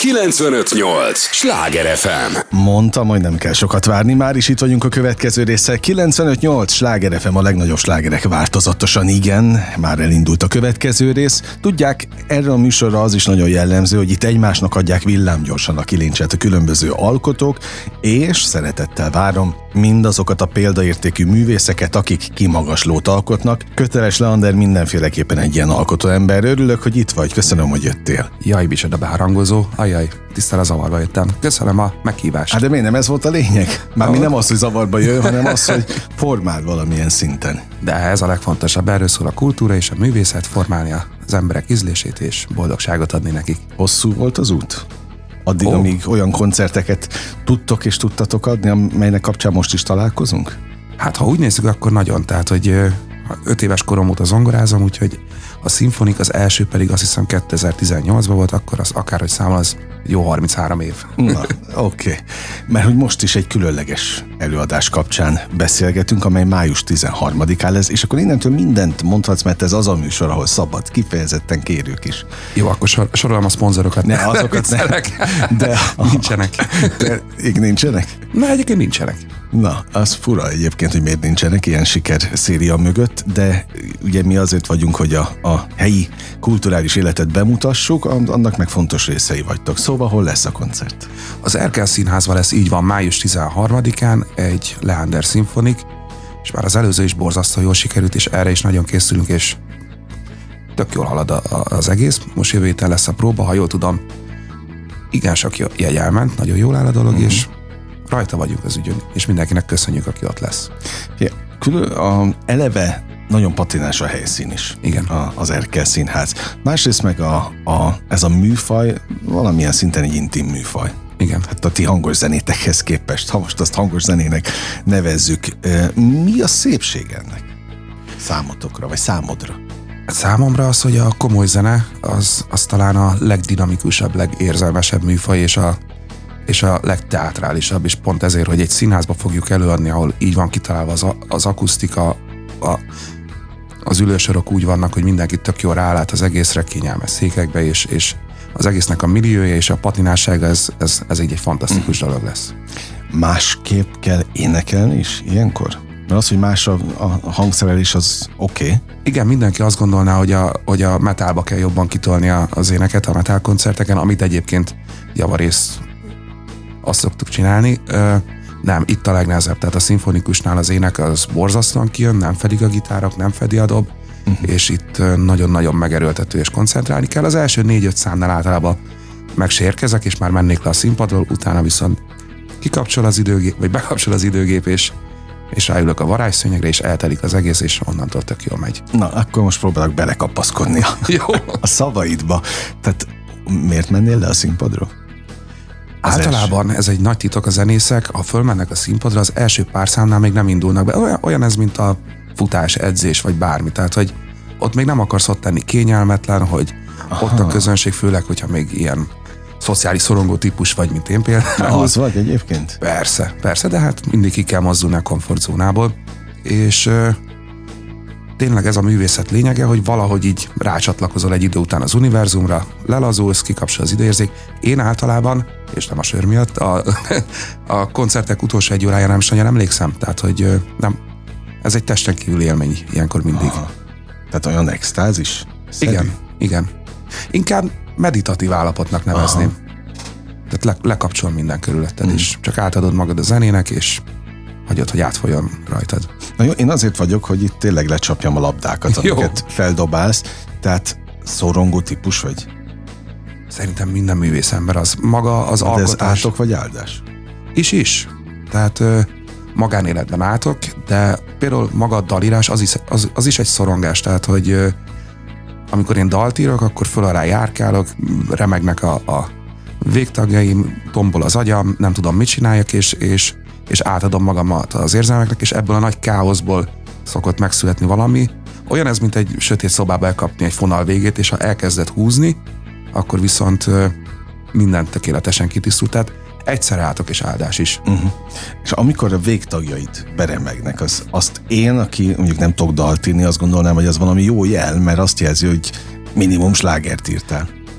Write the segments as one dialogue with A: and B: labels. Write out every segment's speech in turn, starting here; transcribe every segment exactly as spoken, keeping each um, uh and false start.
A: kilencvenöt nyolc Sláger ef em.
B: Mondtam, hogy nem kell sokat várni, már is itt vagyunk a következő résszel. kilencvenöt nyolc Sláger ef em, a legnagyobb slágerek változatosan, igen, már elindult a következő rész. Tudják, erre a műsorra az is nagyon jellemző, hogy itt egymásnak adják villámgyorsan a kilincset a különböző alkotók, és szeretettel várom mindazokat a példaértékű művészeket, akik kimagaslót alkotnak. Köteles Leander mindenféleképpen egy ilyen alkotóember. Örülök, hogy itt vagy, köszönöm, hogy jöttél.
C: Jaj, micsoda beharangozó, ajaj, tisztel a zavarba jöttem. Köszönöm a meghívást.
B: Hát de miért nem ez volt a lényeg? Mármint nem az, hogy zavarba jön, hanem az, hogy formál valamilyen szinten.
C: De ez a legfontosabb, erről szól a kultúra és a művészet, formálni az emberek ízlését és boldogságot adni nekik.
B: Hosszú volt az út? Addig,
C: oh.
B: amíg olyan koncerteket tudtok és tudtatok adni, amelynek kapcsán most is találkozunk?
C: Hát ha úgy nézzük, akkor nagyon. Tehát, hogy öt éves korom óta zongorázom, úgyhogy a szimfonik, az első pedig azt hiszem kétezer-tizennyolcban volt, akkor az akárhogy számol, az jó harminchárom év.
B: Na, oké. Okay. Mert hogy most is egy különleges előadás kapcsán beszélgetünk, amely május tizenharmadikán lesz, és akkor innentől mindent mondhatsz, mert ez az a műsor, ahol szabad, kifejezetten kérők is.
C: Jó, akkor sor, sorolom a szponzorokat.
B: Ne, azokat ne.
C: De nincsenek.
B: De így nincsenek?
C: Na, egyébként nincsenek.
B: Na, az fura egyébként, hogy miért nincsenek ilyen siker széria mögött, de ugye mi azért vagyunk, hogy a, a helyi kulturális életet bemutassuk, annak meg fontos részei vagytok. Szóval hol lesz a koncert?
C: Az Erkel Színházban lesz, így van, május tizenharmadikán egy Leander szimfonik, és már az előző is borzasztó jól sikerült, és erre is nagyon készülünk, és tök jól halad a, a, az egész. Most jövő héten lesz a próba, ha jól tudom. Igen, sok jegy elment, nagyon jól áll a dolog, mm-hmm. és rajta vagyunk az ügyön, és mindenkinek köszönjük, aki ott lesz.
B: Ja, külön a eleve nagyon patinás a helyszín is.
C: Igen.
B: A, az Erkel Színház. Másrészt meg a, a, ez a műfaj valamilyen szinten egy intim műfaj.
C: Igen.
B: Hát a ti hangos zenétekhez képest, ha most azt hangos zenének nevezzük. Mi a szépség ennek? Számotokra, vagy számodra?
C: Számomra az, hogy a komoly zene az, az talán a legdinamikusabb, legérzelmesebb műfaj, és a és a legteátrálisabb, és pont ezért, hogy egy színházba fogjuk előadni, ahol így van kitalálva az, az akusztika, a, az ülősorok úgy vannak, hogy mindenki tök jól rálát az egészre, kényelmes székekbe, és, és az egésznek a milliója és a patinássága, ez, ez, ez így egy fantasztikus mm. dolog lesz.
B: Másképp kell énekelni is ilyenkor? Mert az, hogy más a, a hangszerelés, az oké. Okay.
C: Igen, mindenki azt gondolná, hogy a, hogy a metálba kell jobban kitolni az éneket, a metál koncerteken, amit egyébként javarész azt szoktuk csinálni. Ö, nem, itt a legnehezebb. Tehát a szimfonikusnál az ének az borzasztóan kijön, nem fedik a gitárok, nem fedi a dob, uh-huh. és itt nagyon-nagyon megerőltető és koncentrálni kell. Az első négy-öt számnál általában megsérkezek, és már mennék le a színpadról, utána viszont kikapcsol az időgép, vagy bekapcsol az időgép, és, és ráülök a varázsszőnyegre, és eltelik az egész, és onnantól tök jól megy.
B: Na, akkor most próbálok belekapaszkodni a,
C: Jó.
B: a szavaidba. Tehát miért mennél le a színpadról? Az
C: Általában első. Ez egy nagy titok a zenészek, ha fölmennek a színpadra, az első pár számnál még nem indulnak be. Olyan, olyan ez, mint a futás, edzés, vagy bármi. Tehát, hogy ott még nem akarsz ott lenni kényelmetlen, hogy Aha. ott a közönség, főleg, hogyha még ilyen szociális szorongó típus vagy, mint én például.
B: Az vagy egyébként?
C: Persze, persze, de hát mindig ki kell mozdulni a komfortzónából. És euh, tényleg ez a művészet lényege, hogy valahogy így rácsatlakozol egy idő után az univerzumra, lelazulsz, kikapcsol az időérzék. Én általában, és nem a sör miatt, a, a koncertek utolsó egy órájára nem is nagyon emlékszem. Tehát, hogy nem, ez egy testen kívüli élmény ilyenkor mindig.
B: Aha. Tehát olyan extázis?
C: Igen, igen. Inkább meditatív állapotnak nevezném. Aha. Tehát le, lekapcsol minden körülötted, hmm. és csak átadod magad a zenének, és hagyod, hogy átfolyjon rajtad.
B: Na jó, én azért vagyok, hogy itt tényleg lecsapjam a labdákat, amiket jó. feldobálsz. Tehát szorongó típus vagy?
C: Szerintem minden művész ember az. Maga az
B: de
C: alkotás.
B: De ez átok vagy áldás?
C: Is is. Tehát ö, magánéletben átok, de például maga a dalírás az is, az, az is egy szorongás. Tehát, hogy ö, amikor én dalt írok, akkor föl alá járkálok, remegnek a, a végtagjaim, tombol az agyam, nem tudom mit csináljak, és, és és átadom magamat az érzelmeknek, és ebből a nagy káoszból szokott megszületni valami. Olyan ez, mint egy sötét szobába elkapni egy fonal végét, és ha elkezded húzni, akkor viszont mindent tökéletesen kitisztult. Tehát egyszer átok és áldás is.
B: Uh-huh. És amikor a végtagjaid beremegnek, az, azt én, aki mondjuk nem tudok dalt írni, azt gondolnám, hogy az valami jó jel, mert azt jelzi, hogy minimum slágert írtál.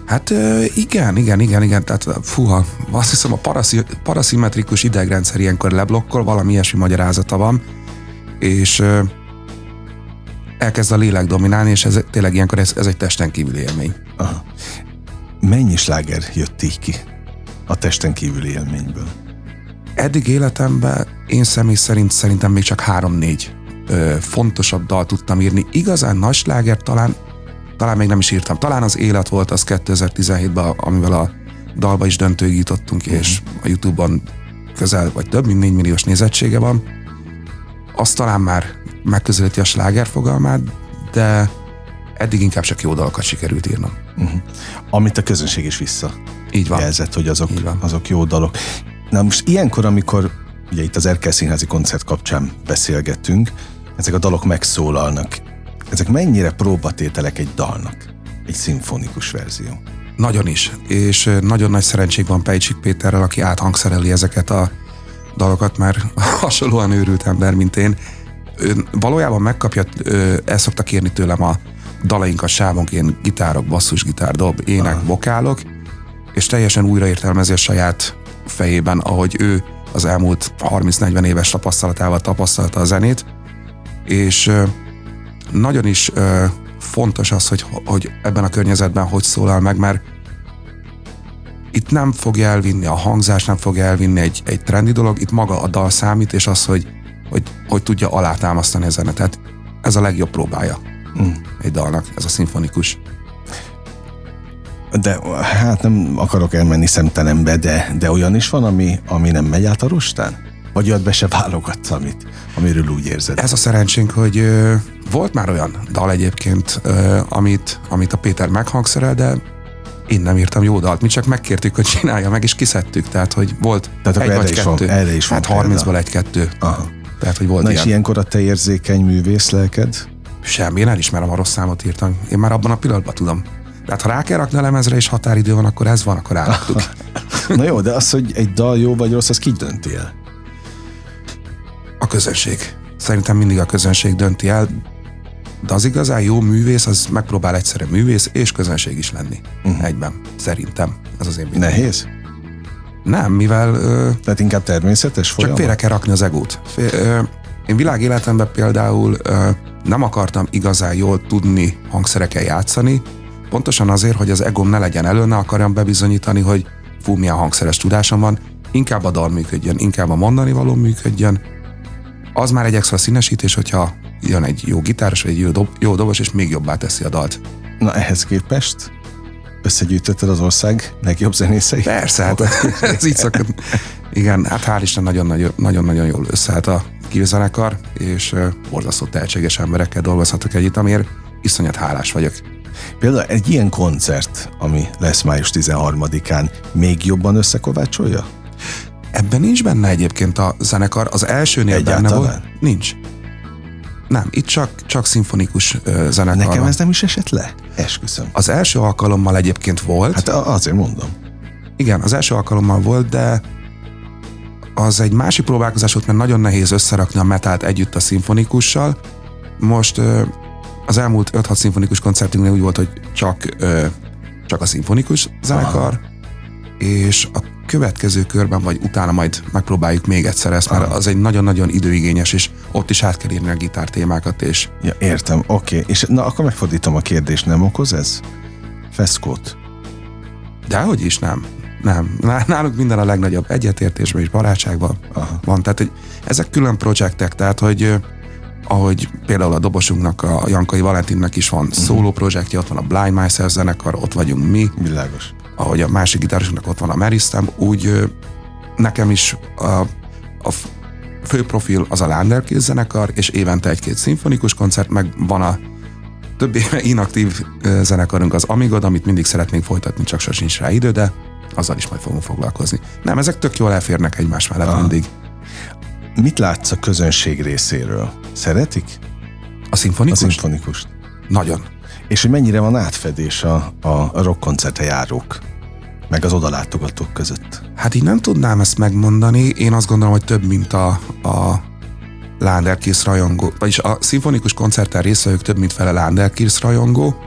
C: Hát igen, igen, igen, igen, tehát fuha, azt hiszem a paraszi, paraszimmetrikus idegrendszer ilyenkor leblokkol, valami ilyesmi magyarázata van, és elkezd a lélek dominálni, és ez tényleg ilyenkor ez, ez egy testen kívüli élmény.
B: Aha. Mennyi sláger jött így ki a testen kívüli élményből?
C: Eddig életemben én személy szerint szerintem még csak három-négy ö, fontosabb dal tudtam írni. Igazán nagy sláger talán, talán még nem is írtam. Talán az Élet volt az kétezer-tizenhétben, amivel a dalba is döntőig jutottunk, uh-huh. és a YouTube-on közel vagy több mint négy milliós nézettsége van. Az talán már megközelíti a sláger fogalmát, de eddig inkább csak jó dalokat sikerült írnom.
B: Uh-huh. Amit a közönség is vissza
C: így van.
B: jelzett, hogy azok,
C: így van.
B: azok jó dalok. Na most ilyenkor, amikor ugye itt az Erkel Színházi koncert kapcsán beszélgettünk, ezek a dalok megszólalnak. Ezek mennyire próbatételek egy dalnak? Egy szimfonikus verzió.
C: Nagyon is, és nagyon nagy szerencség van Pejcsik Péterrel, aki áthangszereli ezeket a dalokat, már hasonlóan őrült ember, mint én. Ő valójában megkapja, el szokta kérni tőlem a dalainkat sávonként, gitárok, basszusgitár, dob, ének, ah. vokálok, és teljesen újraértelmezi a saját fejében, ahogy ő az elmúlt harminc-negyven éves tapasztalatával tapasztalta a zenét, és nagyon is fontos az, hogy, hogy ebben a környezetben hogy szólal meg, mert itt nem fogja elvinni a hangzás, nem fogja elvinni egy, egy trendi dolog, itt maga a dal számít, és az, hogy, hogy, hogy tudja alátámasztani a zene. Tehát ez a legjobb próbája mm. egy dalnak, ez a szimfonikus.
B: De hát nem akarok elmenni szemtelenbe, de, de olyan is van, ami, ami nem megy át a rostán? Vagy olyat be se válogatsz, amit, amiről úgy érzed?
C: Ez a szerencsénk, hogy ö, volt már olyan dal egyébként, ö, amit, amit a Péter meghangszerel, de én nem írtam jó dalt. Mi csak megkértük, hogy csinálja meg, és kiszedtük. Tehát, hogy volt tehát egy vagy kettő.
B: Van, erre is
C: hát harmincból egy-kettő. Tehát, hogy volt
B: Na
C: ilyen.
B: És ilyenkor a te érzékeny művész lelked?
C: Semmi, én elismerem, a rossz számot írtam. Én már abban a pillanatban tudom. Tehát ha rá kell rakni a lemezre, és határidő van, akkor ez van, akkor ráraktuk.
B: Na jó, de az, hogy egy dal jó vagy rossz, az ki dönti el?
C: A közönség. Szerintem mindig a közönség dönti el, de az igazán jó művész, az megpróbál egyszerre művész és közönség is lenni. Uh-huh. Egyben. Szerintem. Ez az én véleményem.
B: Nehéz?
C: Nem, mivel... Ö,
B: Tehát inkább természetes folyamat?
C: Csak félre kell rakni az egót. Fél, ö, én világéletemben például ö, nem akartam igazán jól tudni hangszerekkel játszani, pontosan azért, hogy az egóm ne legyen elő, ne akarjam bebizonyítani, hogy fú, milyen hangszeres tudásom van, inkább a dal működjön, inkább a mondani való működjön. Az már egy extra színesítés, hogyha jön egy jó gitáros, vagy egy jó, dob, jó dobos, és még jobbá teszi a dalt.
B: Na ehhez képest összegyűjtötted az ország legjobb zenészeit?
C: Persze, hát ez így szokott. Igen, hát hál' Isten nagyon-nagyon jól összeállt a Kill-zenekar, és uh, borzasztó tehetséges emberekkel dolgozhatok együtt, amiért iszonyat hálás vagyok.
B: Például egy ilyen koncert, ami lesz május tizenharmadikán, még jobban összekovácsolja?
C: Ebben nincs benne egyébként a zenekar, az elsőnél
B: egyáltalán
C: benne volt. Nincs. Nem, itt csak, csak szimfonikus uh, zenekar.
B: Nekem ez nem is esett le? Esküszöm.
C: Az első alkalommal egyébként volt.
B: Hát azért mondom.
C: Igen, az első alkalommal volt, de az egy másik próbálkozás volt, mert nagyon nehéz összerakni a metált együtt a szimfonikussal. Most uh, az elmúlt öt-hat szimfonikus koncertünknél úgy volt, hogy csak, uh, csak a szimfonikus zenekar, aha. és a következő körben, vagy utána majd megpróbáljuk még egyszer ezt, mert az egy nagyon-nagyon időigényes, és ott is át kell írni a gitártémákat, és...
B: Ja, értem, oké. Okay. És na, akkor megfordítom a kérdést, nem okoz ez feszkót?
C: Dehogy is nem. Nem. Nálunk minden a legnagyobb egyetértésben és barátságban aha. van. Tehát, hogy ezek külön projektek, tehát, hogy ahogy például a dobosunknak, a Jankai Valentinnek is van uh-huh. szóló projektje, ott van a Blind Myself zenekar, ott vagyunk mi.
B: Világos.
C: Ahogy a másik gitárosunknak ott van a Meristem, úgy nekem is a, a fő profil az a Landerkill zenekar, és évente egy-két szimfonikus koncert, meg van a több éve inaktív zenekarunk, az Amigod, amit mindig szeretnénk folytatni, csak sosincs rá idő, de azzal is majd fogunk foglalkozni. Nem, ezek tök jól elférnek egymás mellett ah. mindig.
B: Mit látsz a közönség részéről? Szeretik?
C: A szimfonikust?
B: A szimfonikust.
C: Nagyon.
B: És hogy mennyire van átfedés a, a rockkoncertre járók, meg az odalátogatók között?
C: Hát így nem tudnám ezt megmondani. Én azt gondolom, hogy több, mint a, a Landerkill rajongó, vagyis a szimfonikus koncerten résztvevők több, mint fele Landerkill rajongó,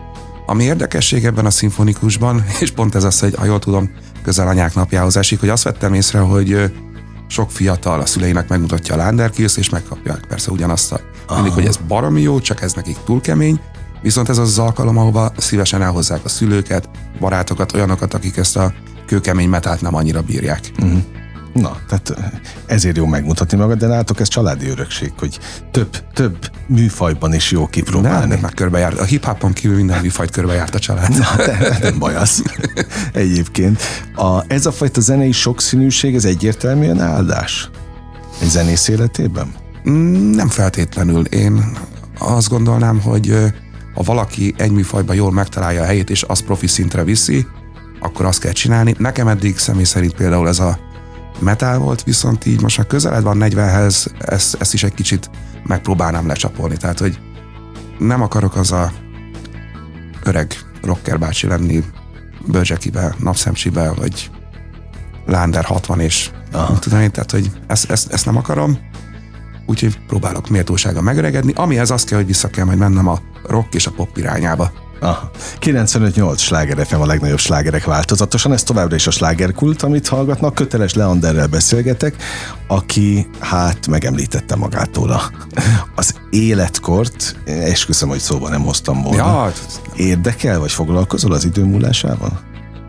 C: Ami érdekesség ebben a szimfonikusban, és pont ez az, hogy ha jól tudom, közel anyák napjához esik, hogy azt vettem észre, hogy sok fiatal a szüleinek megmutatja a Landerkills, és megkapják persze ugyanazt a mindig, hogy ez baromi jó, csak ez nekik túl kemény, viszont ez az, az alkalom, ahova szívesen elhozzák a szülőket, barátokat, olyanokat, akik ezt a kőkemény metált nem annyira bírják. Uh-huh.
B: Na, tehát ezért jó megmutatni magad, de nálatok ez családi örökség, hogy több, több műfajban is jó kipróbálni.
C: Nem, már körbejárt. A hip-hopon kívül minden műfajt körbejárt a család.
B: Na, de, nem baj az. Egyébként. A, ez a fajta zenei sokszínűség, ez egyértelműen áldás egy zenész életében?
C: Nem feltétlenül. Én azt gondolnám, hogy ha valaki egy műfajban jól megtalálja a helyét, és azt profi szintre viszi, akkor azt kell csinálni. Nekem eddig személy szerint például ez a metal volt, viszont így most már közeled van negyvenhez, ezt, ezt is egy kicsit megpróbálnám lecsapolni. Tehát, hogy nem akarok az a öreg rocker bácsi lenni bőzsekibe, napszemcsibe, vagy Lander hatvan és tudom én, tehát, hogy ezt, ezt, ezt nem akarom, úgyhogy próbálok méltósággal megöregedni, amihez az kell, hogy vissza kell majd mennem a rock és a pop irányába.
B: Aha. kilencvenöt nyolc Sláger ef em, a legnagyobb slágerek változatosan, ez továbbra is a slágerkult, amit hallgatnak, Köteles Leanderrel beszélgetek, aki hát megemlítette magától a, az életkort, esküszöm, hogy szóba nem hoztam volna.
C: Ja.
B: Érdekel, vagy foglalkozol az idő múlásával?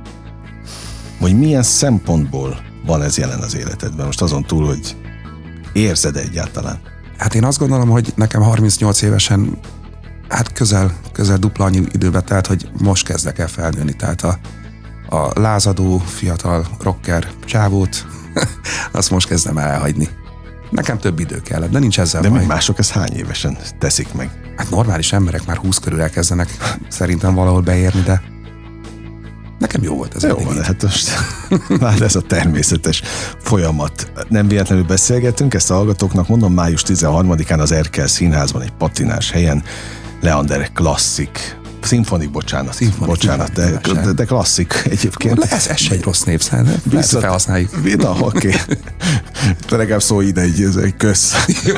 B: Vagy milyen szempontból van ez jelen az életedben? Most azon túl, hogy érzed egyáltalán?
C: Hát én azt gondolom, hogy nekem harmincnyolc évesen hát közel, közel dupla annyi időbe telt, hogy most kezdek el felnőni. Tehát a, a lázadó, fiatal rocker csávót, azt most kezdem el elhagyni. Nekem több idő kellett, de nincs ezzel
B: de
C: baj.
B: De mások ezt hány évesen teszik meg?
C: Hát normális emberek már húsz körül elkezdenek szerintem valahol beérni, de nekem jó volt ez.
B: Jó van, hát most már ez a természetes folyamat. Nem véletlenül beszélgetünk, ezt a hallgatóknak mondom, május tizenharmadikán az Erkel Színházban egy patinás helyen Leander klasszik, szimfonik, bocsánat, szimfonik, bocsánat, de, de, de klasszik egyébként.
C: Ez, ez se egy rossz népszám, vissza felhasználjuk.
B: Na, oké. Okay. Legalább szó ide egy, egy kösz.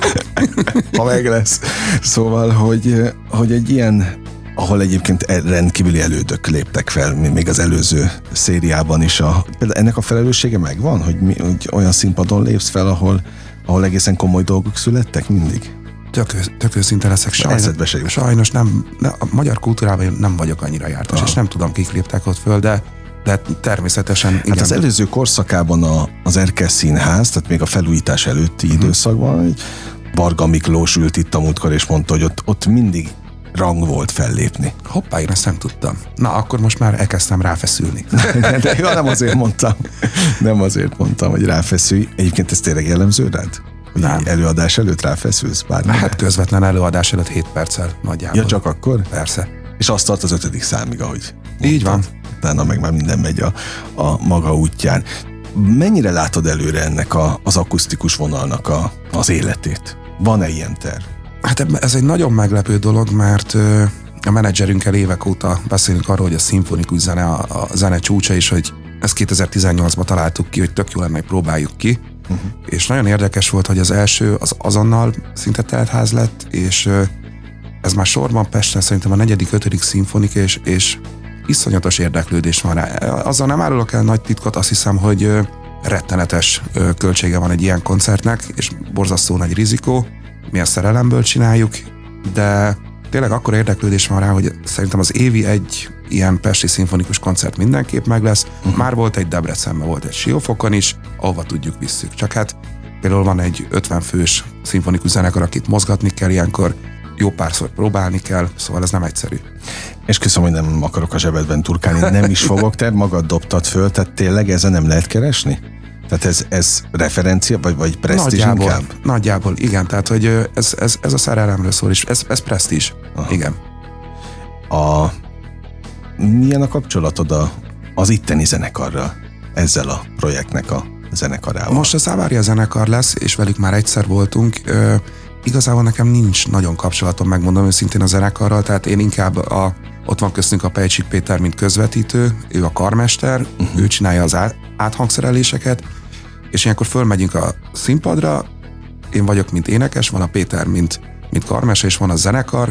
B: Ha meg lesz. Szóval, hogy, hogy egy ilyen, ahol egyébként rendkívüli elődök léptek fel, még az előző szériában is. A, például ennek a felelőssége megvan, hogy, mi, hogy olyan színpadon lépsz fel, ahol, ahol egészen komoly dolgok születtek mindig?
C: Tök, tök őszinte leszek, sajnos, sajnos nem, a magyar kultúrában nem vagyok annyira jártas, aha, és nem tudom, kik léptek ott föl, de, de természetesen...
B: Hát
C: igen,
B: az előző korszakában a, az Erkel Színház, tehát még a felújítás előtti uh-huh. időszakban, Varga Miklós ült itt a múltkor, és mondta, hogy ott, ott mindig rang volt fellépni.
C: Hoppá, én ezt nem tudtam. Na, akkor most már elkezdtem ráfeszülni.
B: de, de jó, nem azért mondtam, nem azért mondtam, hogy ráfeszülj. Egyébként ez tényleg jellemző rád? Hogy nem. Előadás előtt ráfeszülsz bármire?
C: Hát közvetlen előadás előtt hét perccel nagyjából.
B: Ja, csak akkor?
C: Persze.
B: És azt tart az ötödik számig, ahogy mondtad.
C: Így van.
B: Utána meg már minden megy a, a maga útján. Mennyire látod előre ennek a, az akusztikus vonalnak a, az életét? Van-e ilyen terv?
C: Hát ez egy nagyon meglepő dolog, mert a menedzserünkkel évek óta beszélünk arról, hogy a szimfonikus zene a, a zene csúcsa, és hogy ezt kétezer-tizennyolcban találtuk ki, hogy tök jó lenne, hogy próbáljuk ki. Uh-huh. És nagyon érdekes volt, hogy az első az azonnal szinte teltház lett, és ez már sorban Pesten szerintem a negyedik, ötödik szimfonik, és, és iszonyatos érdeklődés van rá. Azzal nem árulok el nagy titkot, azt hiszem, hogy rettenetes költsége van egy ilyen koncertnek, és borzasztó nagy rizikó. Mi a szerelemből csináljuk, de tényleg akkor érdeklődés van rá, hogy szerintem az évi egy ilyen pesti szimfonikus koncert mindenképp meg lesz. Uh-huh. Már volt egy Debrecenben, volt egy Siófokon is, ahova tudjuk visszük. Csak hát például van egy ötven fős szimfonikus zenekar, akit mozgatni kell ilyenkor, jó párszor próbálni kell, szóval ez nem egyszerű. És köszönöm, hogy nem akarok a zsebedben turkálni, nem is fogok, te magad dobtad föl, tehát tényleg ezen nem lehet keresni? Tehát ez, ez referencia, vagy, vagy presztízs inkább? Nagyjából, igen, tehát hogy ez, ez, ez a szerelemről szól, és ez, ez presztízs, igen.
B: A, milyen a kapcsolatod a, az itteni zenekarral, ezzel a projektnek a zenekarával?
C: Most a Szávária zenekar lesz, és velük már egyszer voltunk. Ö, igazából nekem nincs nagyon kapcsolatom, megmondom őszintén a zenekarral, tehát én inkább a, ott van köztünk a Pejcsik Péter, mint közvetítő, ő a karmester, uh-huh. ő csinálja az át, áthangszereléseket, és ilyenkor fölmegyünk a színpadra, én vagyok, mint énekes, van a Péter, mint, mint karmester, és van a zenekar,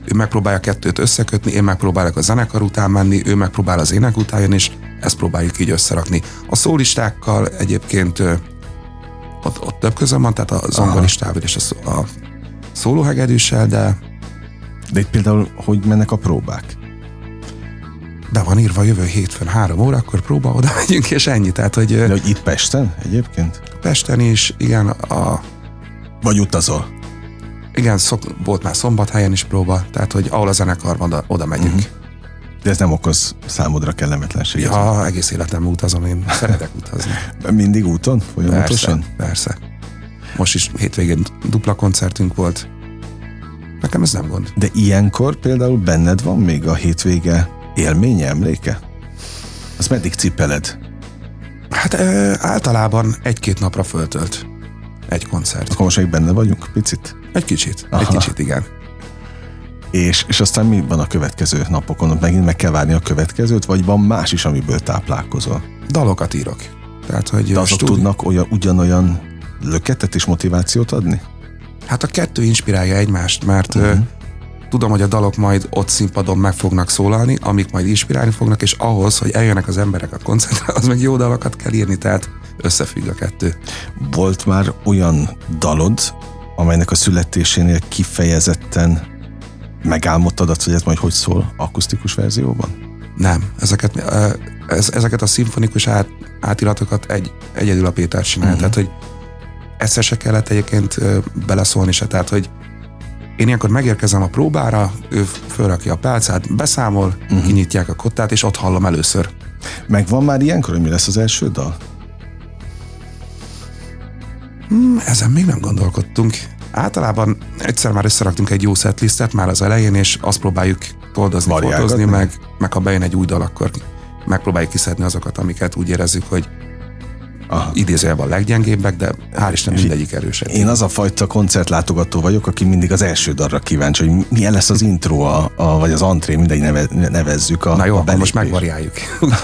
C: ő megpróbálja kettőt összekötni, én megpróbálok a zenekar után menni, ő megpróbál az ének után jönni, és ezt próbáljuk így összerakni. A szólistákkal egyébként ott, ott több közön van, tehát a zongoristával és a, a szólóhegedűssel, de...
B: De itt például hogy mennek a próbák?
C: Be van írva jövő hétfőn három óra, akkor próba, oda megyünk, és ennyi. Tehát, hogy...
B: De hogy itt Pesten egyébként?
C: Pesten is, igen, a...
B: Vagy utazol?
C: Igen, szok, volt már Szombathelyen is próba, tehát, hogy ahol a zenekar van, oda, oda megyünk. Uh-huh.
B: De ez nem okoz számodra kellemetlenséget?
C: Ja, egész életem utazom, én szeretek utazni.
B: Mindig úton? Folyamatosan?
C: Persze, persze. Most is hétvégén dupla koncertünk volt. Nekem ez nem gond.
B: De ilyenkor például benned van még a hétvége élménye, emléke? Azt meddig cipeled?
C: Hát e, általában egy-két napra föltölt egy koncert.
B: Akkor most még benne vagyunk picit?
C: Egy kicsit,
B: Aha.
C: egy kicsit, igen.
B: És, és aztán mi van a következő napokon? Megint meg kell várni a következőt, vagy van más is, amiből táplálkozol?
C: Dalokat írok. Tehát, hogy
B: de azok
C: stúdi...
B: tudnak olyan, ugyanolyan löketet és motivációt adni?
C: Hát a kettő inspirálja egymást, mert uh-huh. tudom, hogy a dalok majd ott színpadon meg fognak szólalni, amik majd inspirálni fognak, és ahhoz, hogy eljönnek az emberek a koncertre, az meg jó dalokat kell írni, tehát összefügg a kettő.
B: Volt már olyan dalod, amelynek a születésénél kifejezetten megálmodtad azt, hogy ez majd hogy szól akusztikus verzióban?
C: Nem. Ezeket, ez, ezeket a szimfonikus át, átiratokat egy, egyedül a Péter csinálja. Uh-huh. Tehát, hogy egyszer se kellett egyébként beleszólni se. Tehát, hogy én ilyenkor megérkezem a próbára, ő fölrakja a pálcát, beszámol, uh-huh. kinyitják a kottát, és ott hallom először.
B: Megvan már ilyenkor, hogy mi lesz az első dal?
C: Hmm, ezen még nem gondolkodtunk. Általában egyszer már összeraktunk egy jó setlistet már az elején, és azt próbáljuk toldozni, fotózni, meg, meg ha bejön egy új dal, akkor megpróbáljuk kiszedni azokat, amiket úgy érezzük, hogy idézőjelben a leggyengébbek, de hál' Isten mindegyik erősebb.
B: Én az a fajta koncertlátogató vagyok, aki mindig az első dalra kíváncsi, hogy milyen lesz az intro, a, a, vagy az antré, mindegy neve, nevezzük. A,
C: Na jó,
B: a
C: akkor most megvariáljuk.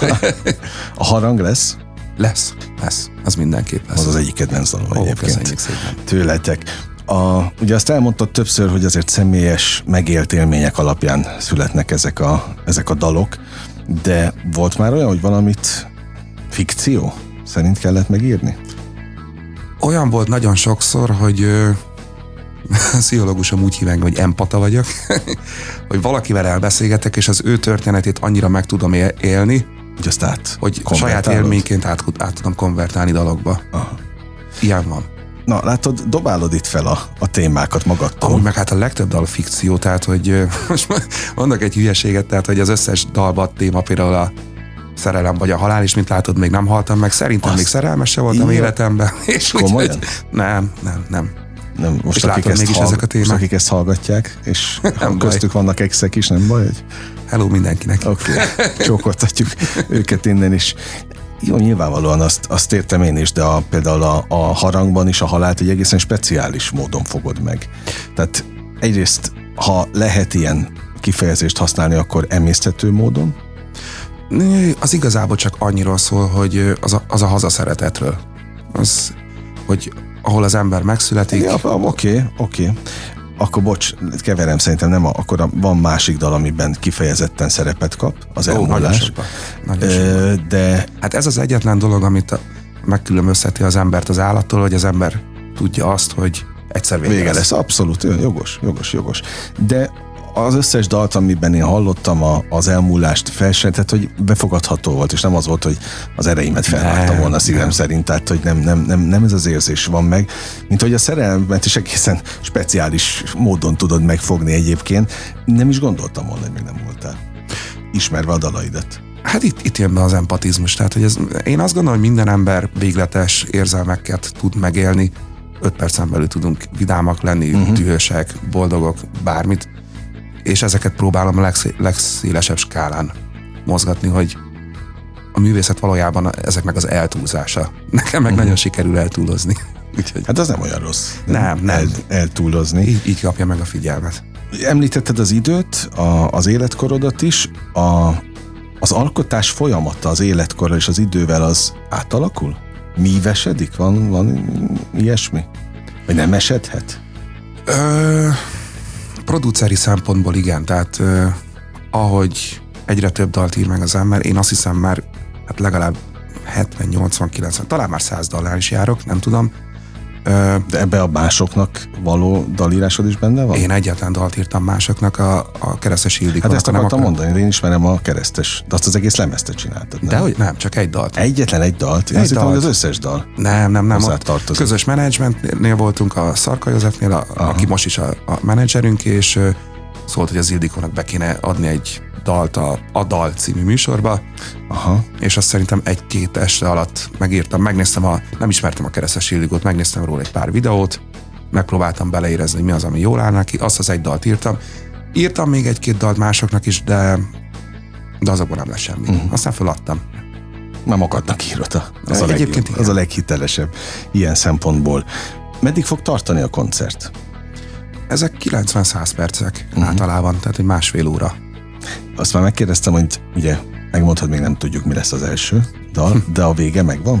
B: A harang lesz?
C: Lesz, lesz. Az mindenképp lesz.
B: Az az egyik kedvenc dalom
C: Ó,
B: egyébként.
C: Köszönjük szépen.
B: Tőletek. A, ugye azt elmondtad többször, hogy azért személyes megélt élmények alapján születnek ezek a, ezek a dalok, de volt már olyan, hogy valamit fikció szerint kellett megírni?
C: Olyan volt nagyon sokszor, hogy ö, pszichológusom úgy hívják, hogy empata vagyok, hogy valakivel elbeszélgetek, és az ő történetét annyira meg tudom élni,
B: hogy azt át
C: hogy saját élményként át, át tudom konvertálni dalokba. Aha. Ilyen van.
B: Na, látod, dobálod itt fel a, a témákat magadtól.
C: Amúgy meg hát a legtöbb dal fikció, tehát, hogy most mondok egy hülyeséget, tehát, hogy az összes dalban téma például a szerelem vagy a halál, és mint látod, még nem haltam meg. Szerintem azt még szerelmes se voltam ilyen életemben. És
B: komolyan?
C: Úgy, nem, nem, nem.
B: nem most
C: és
B: akik
C: látod, mégis
B: hallg-
C: ezek a témák.
B: Most akik ezt hallgatják, és
C: nem
B: köztük
C: baj.
B: vannak exek is, nem baj? Hogy...
C: Hello mindenkinek.
B: Oké, okay. Csókoltatjuk őket innen is. Jó, nyilvánvalóan azt, azt értem én is, de a, például a, a harangban is a halált egy egészen speciális módon fogod meg. Tehát egyrészt, ha lehet ilyen kifejezést használni, akkor emészthető módon?
C: Az igazából csak annyiról szól, hogy az a, az a hazaszeretetről. Az, hogy ahol az ember megszületik.
B: Ja, oké, oké. Akkor bocs, keverem, szerintem nem, a, akkor a, van másik dal, amiben kifejezetten szerepet kap, az elmúlás. Ö, de...
C: Hát ez az egyetlen dolog, amit a, megkülönbözteti az embert az állattól, hogy az ember tudja azt, hogy egyszer vége,
B: vége lesz.
C: lesz.
B: Abszolút, jogos, jogos, jogos. De az összes dalt, amiben én hallottam a, az elmúlást felsen, tehát hogy befogadható volt, és nem az volt, hogy az ereimet felváltam volna a szívem szerint, tehát hogy nem, nem, nem, nem ez az érzés van meg, mint hogy a szerelmet is egészen speciális módon tudod megfogni egyébként. Nem is gondoltam volna, hogy még nem voltál, ismerve a dalaidat.
C: Hát itt, itt jön be az empatizmus, tehát hogy ez, én azt gondolom, hogy minden ember végletes érzelmeket tud megélni, öt percen belül tudunk vidámak lenni, uh-huh. dühösek, boldogok, bármit, és ezeket próbálom a legszé- legszélesebb skálán mozgatni, hogy a művészet valójában ezeknek az eltúlzása. Nekem meg mm. nagyon sikerül eltúlozni. Úgyhogy...
B: Hát az nem olyan rossz.
C: Nem, nem.
B: El, eltúlozni.
C: Így, így kapja meg a figyelmet.
B: Említetted az időt, a, az életkorodat is. A, az alkotás folyamata az életkorral és az idővel az átalakul? Mívesedik? Van, van ilyesmi? Vagy nem esedhet?
C: Ö... Produceri szempontból igen, tehát uh, ahogy egyre több dalt ír meg az ember, én azt hiszem már hát legalább hetven, nyolcvan, kilencven, talán már száz dallál is járok, nem tudom. Uh,
B: De ebbe a másoknak való dalírásod is benne van?
C: Én egyetlen dalt írtam másoknak, a, a Keresztes Ildikónak.
B: Hát ezt akartam
C: akar...
B: mondani, de én ismerem a Keresztes, de azt az egész lemeztet csináltad, nem?
C: De hogy nem, csak egy dalt.
B: Egyetlen egy dalt? Én
C: egy
B: azt hittem,
C: dalt.
B: hogy az összes dal.
C: Nem, nem, nem.
B: Közös
C: menedzsmentnél voltunk a Szarka Józsefnél, a, aki most is a, a menedzserünk, és uh, szólt, hogy az Ildikónak be kéne adni egy dalt a, a Dal című műsorba,
B: Aha.
C: és azt szerintem egy-két este alatt megírtam, megnéztem a, nem ismertem a Keresztes Ildikót, megnéztem róla egy pár videót, megpróbáltam beleérezni, hogy mi az, ami jól áll neki, azt az egy dalt írtam. Írtam még egy-két dalt másoknak is, de, de azokban nem lesz semmi. Uh-huh. Aztán feladtam.
B: Nem akadnak írata. Az, a
C: Egyébként
B: legjobb, az a leghitelesebb ilyen szempontból. Meddig fog tartani a koncert?
C: Ezek kilencven-száz percek uh-huh. általában, tehát egy másfél óra.
B: Azt már megkérdeztem, hogy ugye megmondhatod, még nem tudjuk, mi lesz az első dal, hm. de a vége megvan?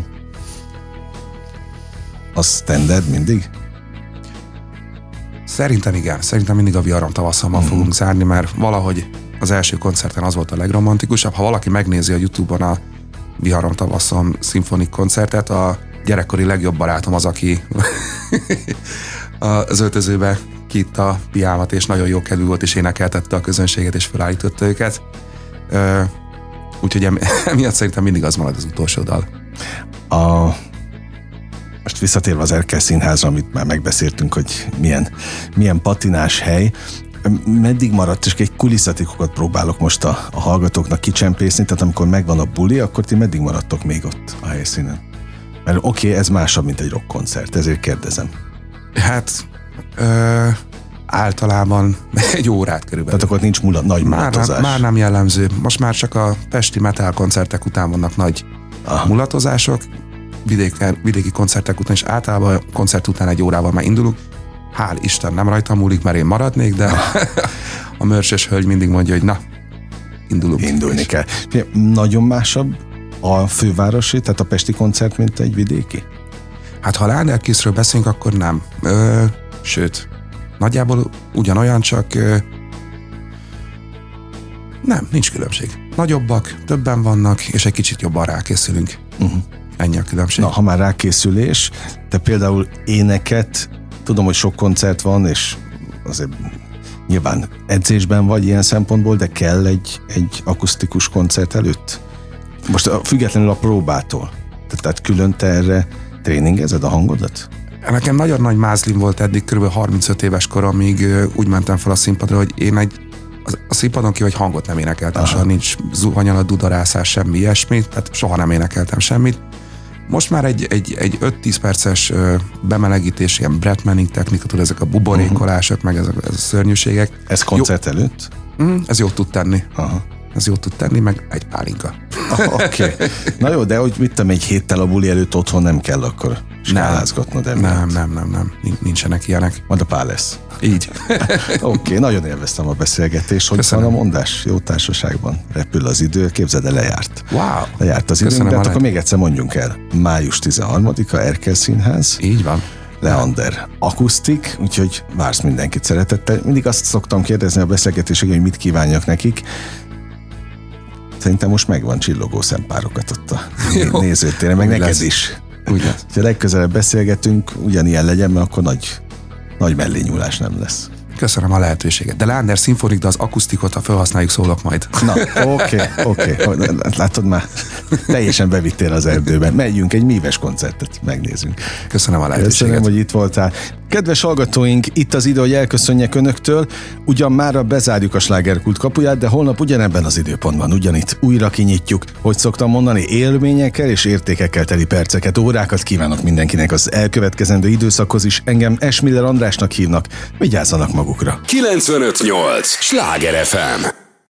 B: Az standard mindig?
C: Szerintem igen. Szerintem mindig a Viharom tavaszommal uh-huh. fogunk zárni, mert valahogy az első koncerten az volt a legromantikusabb. Ha valaki megnézi a YouTube-on a Viharom tavaszom szimfonik koncertet, a gyerekkori legjobb barátom az, aki az öltözőbe kiitta a piámat, és nagyon jó kedvű volt, és énekeltette a közönséget, és felállította őket. Ö, úgyhogy emiatt szerintem mindig az marad az utolsó dal.
B: A... Most visszatérve az Erkel Színházra, amit már megbeszéltünk, hogy milyen, milyen patinás hely, meddig maradt, és egy kulisszatikokat próbálok most a, a hallgatóknak kicsempészni, tehát amikor megvan a buli, akkor ti meddig maradtok még ott a helyszínen? Mert oké, okay, ez másabb, mint egy rockkoncert, ezért kérdezem.
C: Hát ö, általában egy órát körülbelül.
B: Tehát akkor nincs mula, nagy
C: már
B: mulatozás.
C: Nem, már nem jellemző. Most már csak a pesti metal koncertek után vannak nagy Aha. mulatozások, vidéki, vidéki koncertek után, és általában a koncert után egy órával már indulunk. Hál' Isten, nem rajtam múlik, mert én maradnék, de a mörcsös hölgy mindig mondja, hogy na, indulunk.
B: Indulni kell. Nagyon másabb a fővárosi, tehát a pesti koncert, mint egy vidéki?
C: Hát ha Láderkészről beszélünk, akkor nem. Ö, sőt, nagyjából ugyanolyan, csak ö, nem, nincs különbség. Nagyobbak, többen vannak, és egy kicsit jobban rákészülünk. Uh-huh. Ennyi a különbség.
B: Na, ha már rákészülés, te például éneket, tudom, hogy sok koncert van, és azért nyilván edzésben vagy ilyen szempontból, de kell egy, egy akusztikus koncert előtt? Most függetlenül a próbától. Tehát külön te erre tréningezed a hangodat?
C: Nekem nagyon nagy mázlim volt eddig, kb. harmincöt éves koromig úgy mentem fel a színpadra, hogy én egy a színpadon kívül egy hangot nem énekeltem, soha nincs zuhanyalat, dudarászás, semmi ilyesmi, tehát soha nem énekeltem semmit. Most már egy, egy, egy öt-tíz perces bemelegítés, ilyen Brett Manning technika, tudod, ezek a buborékolások, uh-huh. meg ezek ez a szörnyűségek.
B: Ez koncert jó, előtt?
C: Mm, ez jót tud tenni.
B: Aha.
C: Ez jót tud tenni, meg egy pálinka.
B: Ah, oké. Okay. Na jó, de hogy mit tudom, egy héttel a buli előtt otthon nem kell akkor skálázgatnod emiatt.
C: Nem, nem, nem, nem. Nincsenek ilyenek.
B: Majd a pár lesz.
C: Így.
B: Oké, okay, nagyon élveztem a beszélgetést. Hogy
C: Köszönöm.
B: van a mondás? Jó társaságban. Repül az idő, képzeld el, lejárt.
C: Wow.
B: Lejárt az idő, de hát akkor még egyszer mondjunk el. május tizenharmadika, Erkel Színház.
C: Így van.
B: Leander akusztik, úgyhogy vársz mindenkit szeretettel. Mindig azt szoktam kérdezni a beszélgetéseken, hogy mit kívánjak nekik. Szerintem most megvan csillogó szempárokat ott a Jó. nézőtéren, meg neked lesz. Is.
C: Úgy lesz.
B: Ha legközelebb beszélgetünk, ugyanilyen legyen, mert akkor nagy, nagy mellényúlás nem lesz.
C: Köszönöm a lehetőséget. De Leander szimfonik, de az akusztikot, ha felhasználjuk, szólok majd.
B: Na, oké, okay, oké. Okay. Látod már, teljesen bevittél az erdőben. Megyünk egy míves koncertet, megnézzünk.
C: Köszönöm a lehetőséget.
B: Köszönöm, hogy itt voltál. Kedves hallgatóink, itt az idő, hogy elköszönjek önöktől. Ugyan mára bezárjuk a Slágerkult kapuját, de holnap ugyanebben az időpontban, ugyanitt újra kinyitjuk. Hogy szoktam mondani, élményekkel és értékekkel teli perceket, órákat kívánok mindenkinek az elkövetkezendő időszakhoz is. Engem Esmiller Andrásnak hívnak. Vigyázzanak magukra.
A: kilencvenöt nyolc Sláger ef em